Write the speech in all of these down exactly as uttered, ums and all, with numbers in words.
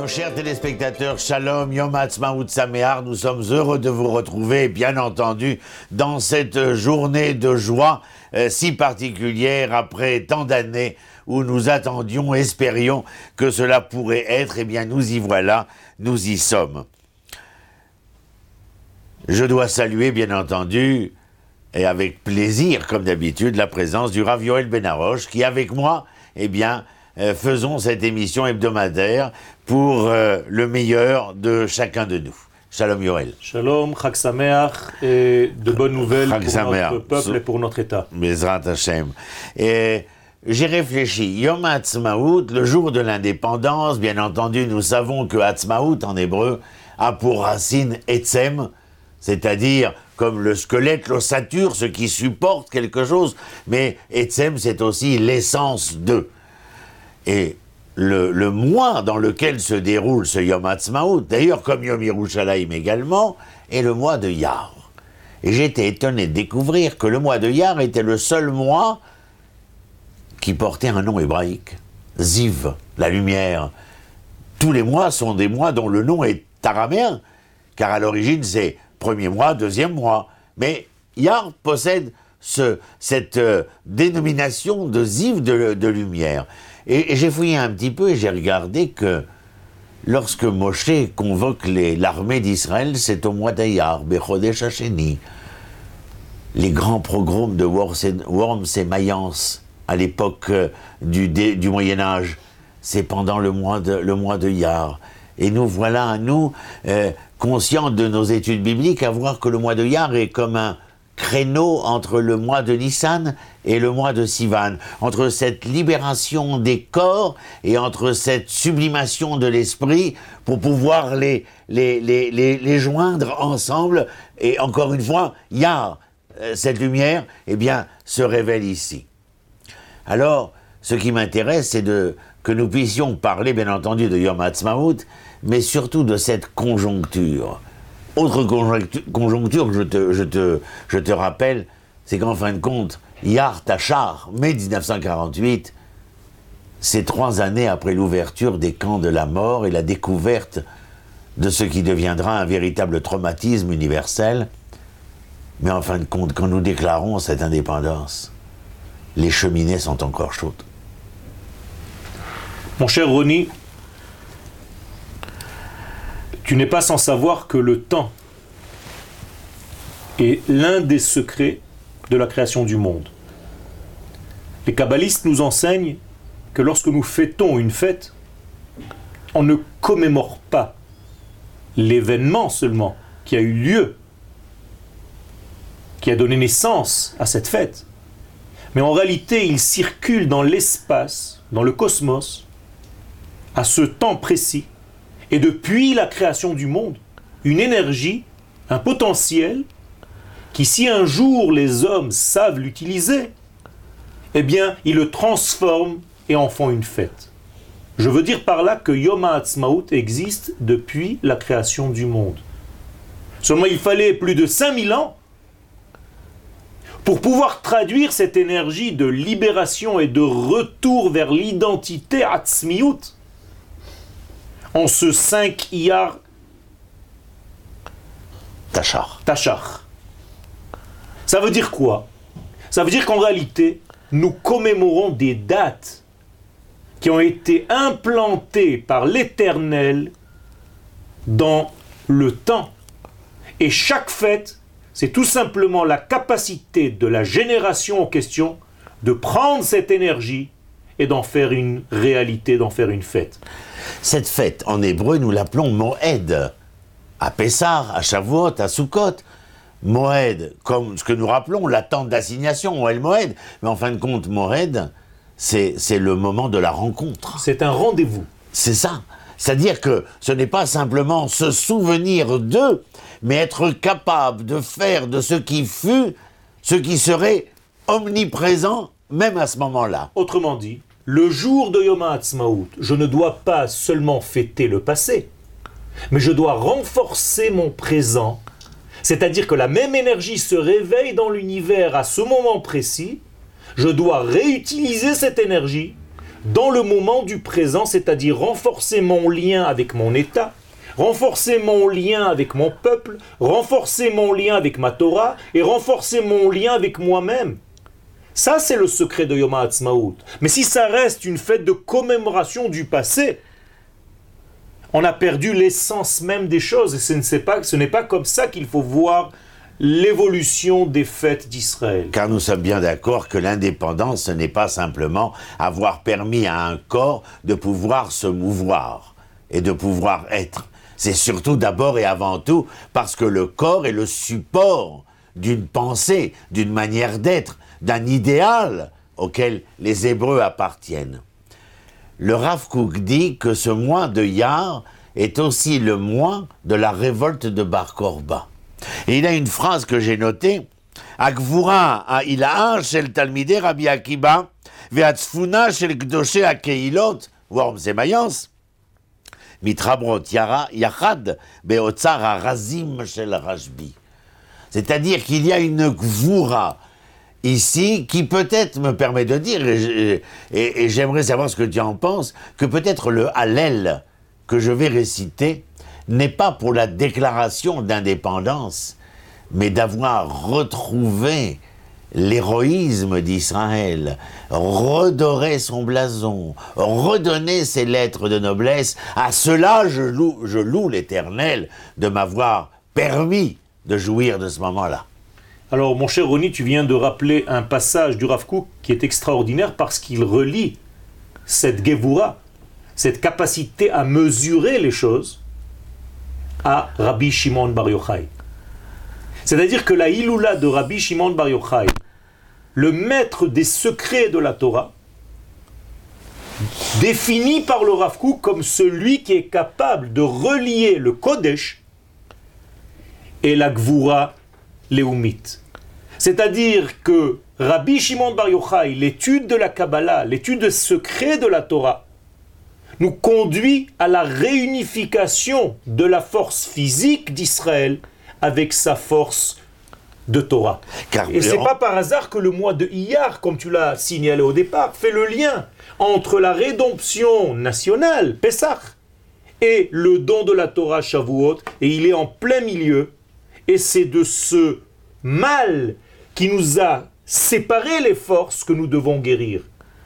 Nos chers téléspectateurs, Shalom, Yom Ha'atzmaut Sameach, nous sommes heureux de vous retrouver, bien entendu, dans cette journée de joie euh, si particulière après tant d'années où nous attendions, espérions que cela pourrait être. Eh bien, nous y voilà, nous y sommes. Je dois saluer, bien entendu, et avec plaisir, comme d'habitude, la présence du Rav Yoel Ben Harosh, qui, avec moi, eh bien, euh, faisons cette émission hebdomadaire pour euh, le meilleur de chacun de nous. Shalom Yoel. Shalom, Chag Sameach, et de bonnes nouvelles Chag pour Sameach. notre peuple so, et pour notre État. Bezrat Hashem. Et j'ai réfléchi, Yom Ha'atzmaut, le jour de l'indépendance, bien entendu, nous savons que Ha'atzmaut, en hébreu, a pour racine Etzem, c'est-à-dire comme le squelette, l'ossature, ce qui supporte quelque chose, mais Etzem, c'est aussi l'essence de. Et le, le mois dans lequel se déroule ce Yom Ha'atzmaut, d'ailleurs comme Yom Yerushalayim également, est le mois de Iyar. Et j'étais étonné de découvrir que le mois de Iyar était le seul mois qui portait un nom hébraïque, Ziv, la lumière. Tous les mois sont des mois dont le nom est araméen, car à l'origine c'est premier mois, deuxième mois. Mais Iyar possède ce, cette euh, dénomination de Ziv de, de lumière. Et, et j'ai fouillé un petit peu et j'ai regardé que lorsque Moshe convoque les, l'armée d'Israël, c'est au mois d'Iyar, Bechodesh Hasheni. Les grands pogroms de Worms et Mayence à l'époque euh, du, du Moyen-Âge, c'est pendant le mois de, le mois de Iyar. Et nous voilà, nous, euh, conscients de nos études bibliques, à voir que le mois de Iyar est comme un créneau entre le mois de Nissan et le mois de Sivan, entre cette libération des corps et entre cette sublimation de l'esprit pour pouvoir les, les, les, les, les joindre ensemble. Et encore une fois, Iyar, euh, cette lumière, eh bien, se révèle ici. Alors, ce qui m'intéresse, c'est de, que nous puissions parler, bien entendu, de Yom Ha'atzmaut, mais surtout de cette conjoncture. Autre conjoncture, je te, je te, je te rappelle, c'est qu'en fin de compte, Iyar Tachar, mai dix-neuf cent quarante-huit, c'est trois années après l'ouverture des camps de la mort et la découverte de ce qui deviendra un véritable traumatisme universel. Mais en fin de compte, quand nous déclarons cette indépendance, les cheminées sont encore chaudes. Mon cher Ronnie, tu n'es pas sans savoir que le temps est l'un des secrets de la création du monde. Les kabbalistes nous enseignent que lorsque nous fêtons une fête, on ne commémore pas l'événement seulement qui a eu lieu, qui a donné naissance à cette fête, mais en réalité il circule dans l'espace, dans le cosmos, à ce temps précis, et depuis la création du monde, une énergie, un potentiel, qui si un jour les hommes savent l'utiliser, eh bien, ils le transforment et en font une fête. Je veux dire par là que Yom Ha'atzmaut existe depuis la création du monde. Seulement, il fallait plus de cinq mille ans pour pouvoir traduire cette énergie de libération et de retour vers l'identité Atzmiut en ce cinq Iyar Tachar. Tachar. Ça veut dire quoi? Ça veut dire qu'en réalité, nous commémorons des dates qui ont été implantées par l'Éternel dans le temps. Et chaque fête, c'est tout simplement la capacité de la génération en question de prendre cette énergie et d'en faire une réalité, d'en faire une fête. Cette fête, en hébreu, nous l'appelons Moed. À Pessah, à Shavuot, à Sukkot. Moed, comme ce que nous rappelons, l'attente d'assignation, Moed Moed. Mais en fin de compte, Moed, c'est, c'est le moment de la rencontre. C'est un rendez-vous. C'est ça. C'est-à-dire que ce n'est pas simplement se souvenir d'eux, mais être capable de faire de ce qui fut, ce qui serait omniprésent, même à ce moment-là. Autrement dit, le jour de Yom Ha'atzmaut, je ne dois pas seulement fêter le passé, mais je dois renforcer mon présent. C'est-à-dire que la même énergie se réveille dans l'univers à ce moment précis. Je dois réutiliser cette énergie dans le moment du présent, c'est-à-dire renforcer mon lien avec mon État, renforcer mon lien avec mon peuple, renforcer mon lien avec ma Torah et renforcer mon lien avec moi-même. Ça, c'est le secret de Yom HaAtzmaut. Mais si ça reste une fête de commémoration du passé, on a perdu l'essence même des choses. Et ce n'est pas, ce n'est pas comme ça qu'il faut voir l'évolution des fêtes d'Israël. Car nous sommes bien d'accord que l'indépendance, ce n'est pas simplement avoir permis à un corps de pouvoir se mouvoir et de pouvoir être. C'est surtout d'abord et avant tout parce que le corps est le support d'une pensée, d'une manière d'être, d'un idéal auquel les Hébreux appartiennent. Le Rav Kook dit que ce mois de Iyar est aussi le mois de la révolte de Bar Korba. Et il a une phrase que j'ai notée, Agvura ha'ilaa shel talmidei Rabbi Akiva ve'atzfuna shel gdoshei ha'keilot, Worms et Mayence, mitrabrot yara yachad be'otzar ha'razim shel Rashbi. C'est-à-dire qu'il y a une gvura ici qui peut-être me permet de dire, et, et, et j'aimerais savoir ce que tu en penses, que peut-être le Hallel que je vais réciter n'est pas pour la déclaration d'indépendance, mais d'avoir retrouvé l'héroïsme d'Israël, redorer son blason, redonner ses lettres de noblesse. À cela, je loue, je loue l'Éternel de m'avoir permis de jouir de ce moment-là. Alors, mon cher Ronnie, tu viens de rappeler un passage du Rav Kook qui est extraordinaire parce qu'il relie cette Gevura, cette capacité à mesurer les choses, à Rabbi Shimon Bar Yochai. C'est-à-dire que la Iloula de Rabbi Shimon Bar Yochai, le maître des secrets de la Torah, défini par le Rav Kook comme celui qui est capable de relier le Kodesh et la Gvura léoumite. C'est-à-dire que Rabbi Shimon Bar Yochai, l'étude de la Kabbalah, l'étude des secrets de la Torah, nous conduit à la réunification de la force physique d'Israël avec sa force de Torah. Car Et ce n'est pas par hasard que le mois de Iyar, comme tu l'as signalé au départ, fait le lien entre la rédemption nationale, Pessah, et le don de la Torah, Shavuot, et il est en plein milieu. Et c'est de ce mal qui nous a séparé les forces que nous devons guérir.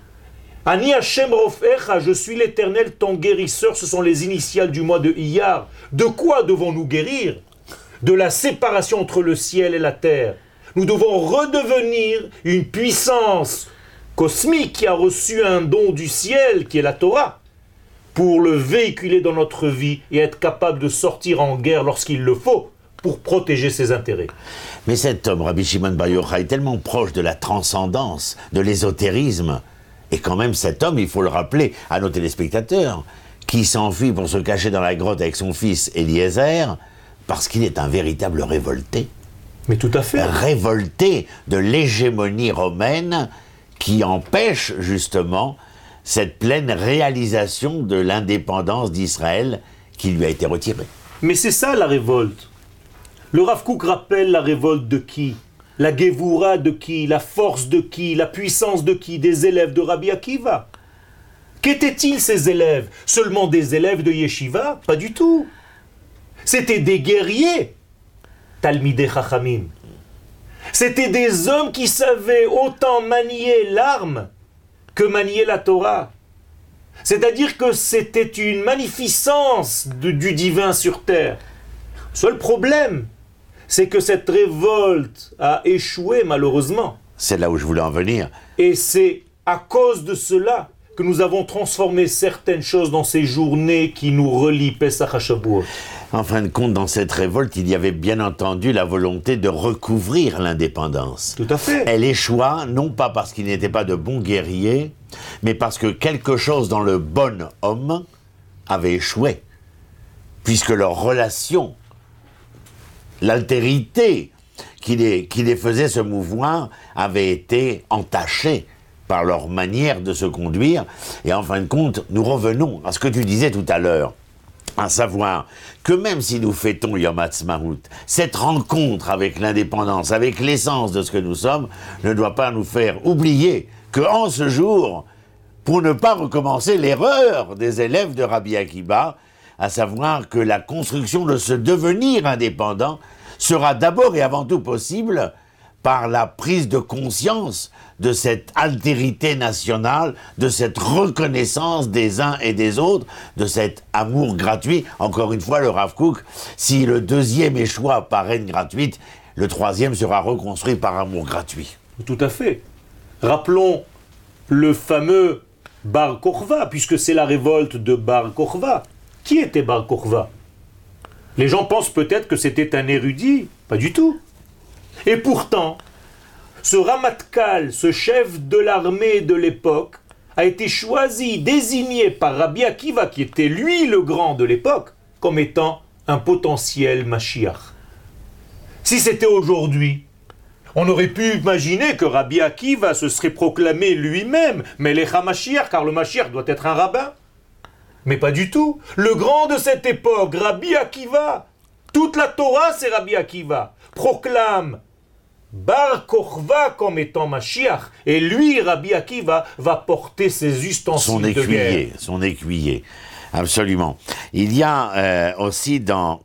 Ani Hashem Rofecha, je suis l'Éternel, ton guérisseur, ce sont les initiales du mois de Iyar. De quoi devons-nous guérir? De la séparation entre le ciel et la terre. Nous devons redevenir une puissance cosmique qui a reçu un don du ciel, qui est la Torah, pour le véhiculer dans notre vie et être capable de sortir en guerre lorsqu'il le faut, pour protéger ses intérêts. Mais cet homme, Rabbi Shimon Bar Yochai, est tellement proche de la transcendance, de l'ésotérisme. Et quand même, cet homme, il faut le rappeler à nos téléspectateurs, qui s'enfuit pour se cacher dans la grotte avec son fils Eliezer, parce qu'il est un véritable révolté. Mais tout à fait. Révolté de l'hégémonie romaine qui empêche justement cette pleine réalisation de l'indépendance d'Israël qui lui a été retirée. Mais c'est ça la révolte. Le Rav Kook rappelle la révolte de qui? La Gevura de qui? La force de qui? La puissance de qui? Des élèves de Rabbi Akiva. Qu'étaient-ils ces élèves? Seulement des élèves de Yeshiva? Pas du tout. C'était des guerriers, Talmidei Chachamim. C'était des hommes qui savaient autant manier l'arme que manier la Torah. C'est-à-dire que c'était une magnificence de, du divin sur terre. Seul problème, c'est que cette révolte a échoué malheureusement. C'est là où je voulais en venir. Et c'est à cause de cela que nous avons transformé certaines choses dans ces journées qui nous relient Pesach à Shavuot. En fin de compte, dans cette révolte, il y avait bien entendu la volonté de recouvrir l'indépendance. Tout à fait. Elle échoua, non pas parce qu'ils n'étaient pas de bons guerriers, mais parce que quelque chose dans le bon homme avait échoué. Puisque leur relation, l'altérité qui les, qui les faisait se mouvoir, avait été entachée par leur manière de se conduire. Et en fin de compte, nous revenons à ce que tu disais tout à l'heure, à savoir que même si nous fêtons Yom Ha'atzmaut, cette rencontre avec l'indépendance, avec l'essence de ce que nous sommes, ne doit pas nous faire oublier qu'en ce jour, pour ne pas recommencer l'erreur des élèves de Rabbi Akiva, à savoir que la construction de ce devenir indépendant sera d'abord et avant tout possible par la prise de conscience de cette altérité nationale, de cette reconnaissance des uns et des autres, de cet amour gratuit. Encore une fois, le Rav Kook, si le deuxième échoua par haine gratuite, le troisième sera reconstruit par amour gratuit. Tout à fait. Rappelons le fameux Bar Kokhba, puisque c'est la révolte de Bar Kokhba. Qui était Bar Kokhba? Les gens pensent peut-être que c'était un érudit. Pas du tout. Et pourtant, ce Ramatkal, ce chef de l'armée de l'époque, a été choisi, désigné par Rabbi Akiva, qui était lui le grand de l'époque, comme étant un potentiel Mashiach. Si c'était aujourd'hui, on aurait pu imaginer que Rabbi Akiva se serait proclamé lui-même Melech HaMashiach, car le Mashiach doit être un rabbin. Mais pas du tout. Le grand de cette époque, Rabbi Akiva, toute la Torah, c'est Rabbi Akiva, proclame Bar Kokhba comme étant Mashiach, et lui, Rabbi Akiva, va porter ses ustensiles son de guerre. Écuyer, son écuyer, absolument. Il y a euh, aussi dans,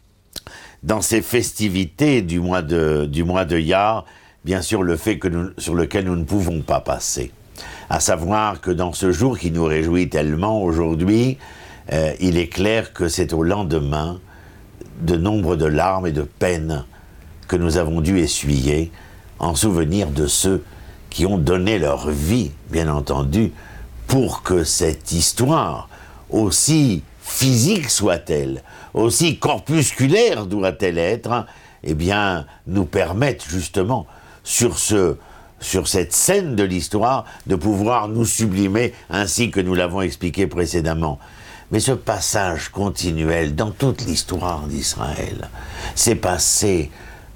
dans ces festivités du mois de, du mois de Iyar, bien sûr le fait que nous, sur lequel nous ne pouvons pas passer. À savoir que dans ce jour qui nous réjouit tellement aujourd'hui, euh, il est clair que c'est au lendemain de nombre de larmes et de peines que nous avons dû essuyer en souvenir de ceux qui ont donné leur vie, bien entendu, pour que cette histoire, aussi physique soit-elle, aussi corpusculaire doit-elle être, eh bien, nous permette justement, sur ce, sur cette scène de l'histoire, de pouvoir nous sublimer, ainsi que nous l'avons expliqué précédemment. Mais ce passage continuel dans toute l'histoire d'Israël s'est passé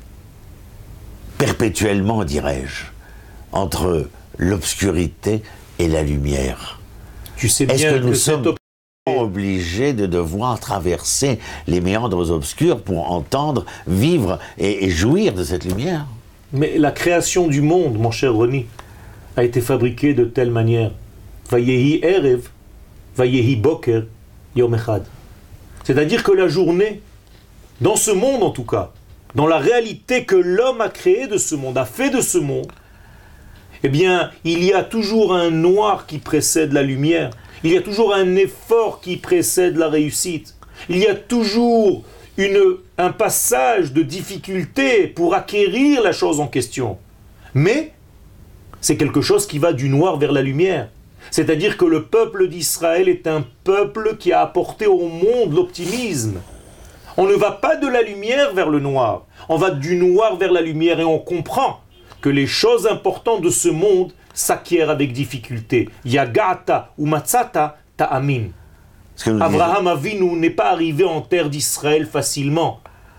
perpétuellement, dirais-je, entre l'obscurité et la lumière. Tu sais bien Est-ce que nous que sommes cette... obligés de devoir traverser les méandres obscurs pour entendre, vivre et, et jouir de cette lumière? Mais la création du monde, mon cher Roni, a été fabriquée de telle manière. Vayehi erev, vayehi boker, yom echad. C'est-à-dire que la journée, dans ce monde en tout cas, dans la réalité que l'homme a créée de ce monde, a fait de ce monde, eh bien, il y a toujours un noir qui précède la lumière. Il y a toujours un effort qui précède la réussite. Il y a toujours une, un passage de difficulté pour acquérir la chose en question. Mais c'est quelque chose qui va du noir vers la lumière. C'est-à-dire que le peuple d'Israël est un peuple qui a apporté au monde l'optimisme. On ne va pas de la lumière vers le noir, on va du noir vers la lumière et on comprend que les choses importantes de ce monde s'acquièrent avec difficulté. Yagata ou matzata ta'amin. Abraham Avinu n'est pas arrivé en terre d'Israël facilement.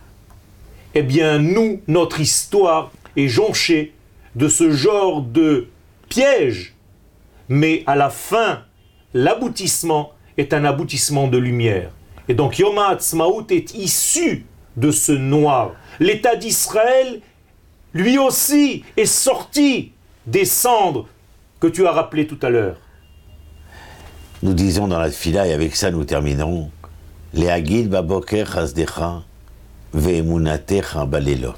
Eh bien, nous, notre histoire est jonchée de ce genre de piège. Mais à la fin, l'aboutissement est un aboutissement de lumière. Et donc Yom HaAtzmaut est issu de ce noir. L'État d'Israël, lui aussi, est sorti des cendres que tu as rappelées tout à l'heure. Nous disons dans la Tfila, et avec ça nous terminerons, Le'agid baboker chasdecha ve'emunatecha balelot.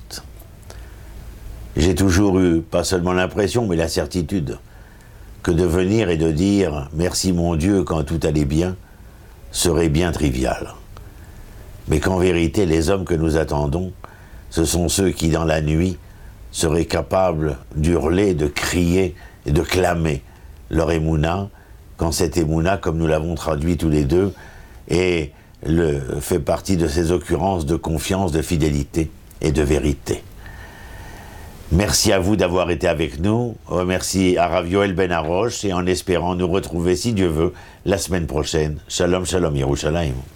J'ai toujours eu, pas seulement l'impression, mais la certitude, que de venir et de dire « Merci mon Dieu quand tout allait bien », serait bien trivial. Mais qu'en vérité, les hommes que nous attendons, ce sont ceux qui, dans la nuit, seraient capables d'hurler, de crier et de clamer leur émouna, quand cette émouna, comme nous l'avons traduit tous les deux, est le, fait partie de ces occurrences de confiance, de fidélité et de vérité. Merci à vous d'avoir été avec nous. Merci à Rav Yoel Ben Arosh et en espérant nous retrouver, si Dieu veut, la semaine prochaine. Shalom, shalom, Yerushalayim.